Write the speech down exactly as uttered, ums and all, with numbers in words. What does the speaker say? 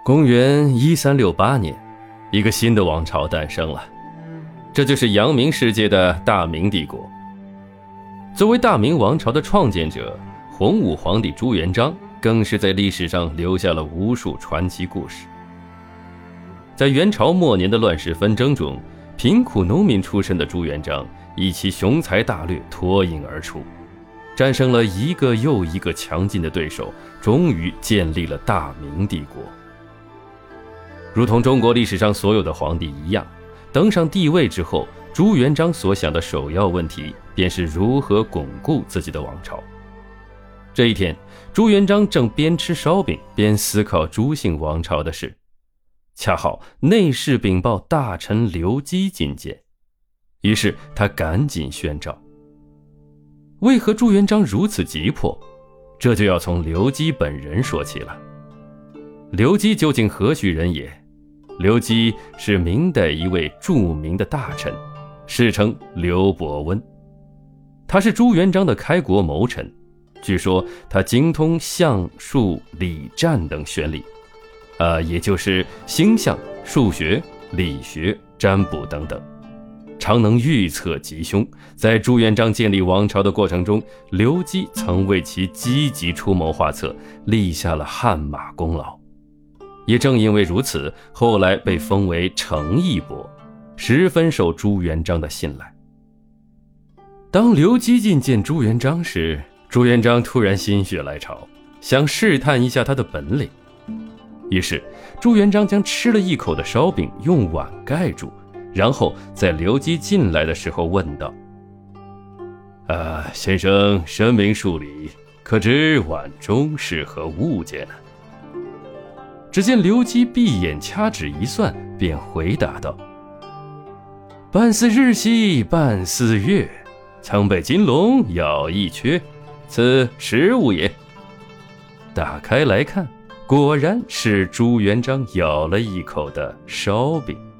公元一三六八年，一个新的王朝诞生了，这就是扬名世界的大明帝国。作为大明王朝的创建者，洪武皇帝朱元璋更是在历史上留下了无数传奇故事。在元朝末年的乱世纷争中，贫苦农民出身的朱元璋以其雄才大略脱颖而出，战胜了一个又一个强劲的对手，终于建立了大明帝国。如同中国历史上所有的皇帝一样，登上帝位之后，朱元璋所想的首要问题便是如何巩固自己的王朝。这一天，朱元璋正边吃烧饼边思考朱姓王朝的事，恰好内侍禀报大臣刘基觐见，于是他赶紧宣诏。为何朱元璋如此急迫？这就要从刘基本人说起了。刘基究竟何许人也？刘基是明代一位著名的大臣，世称刘伯温。他是朱元璋的开国谋臣，据说他精通象数理占等玄理，呃，也就是星象、数学、理学、占卜等等，常能预测吉凶。在朱元璋建立王朝的过程中，刘基曾为其积极出谋划策，立下了汗马功劳。也正因为如此，后来被封为诚义伯，十分受朱元璋的信赖。当刘基觐见朱元璋时，朱元璋突然心血来潮，想试探一下他的本领。于是朱元璋将吃了一口的烧饼用碗盖住，然后在刘基进来的时候问道：啊，先生深明数理，可知碗中是何物件呢？只见刘基闭眼掐指一算，便回答道：半似日兮半似月，曾被金龙咬一缺，此食物也。打开来看，果然是朱元璋咬了一口的烧饼。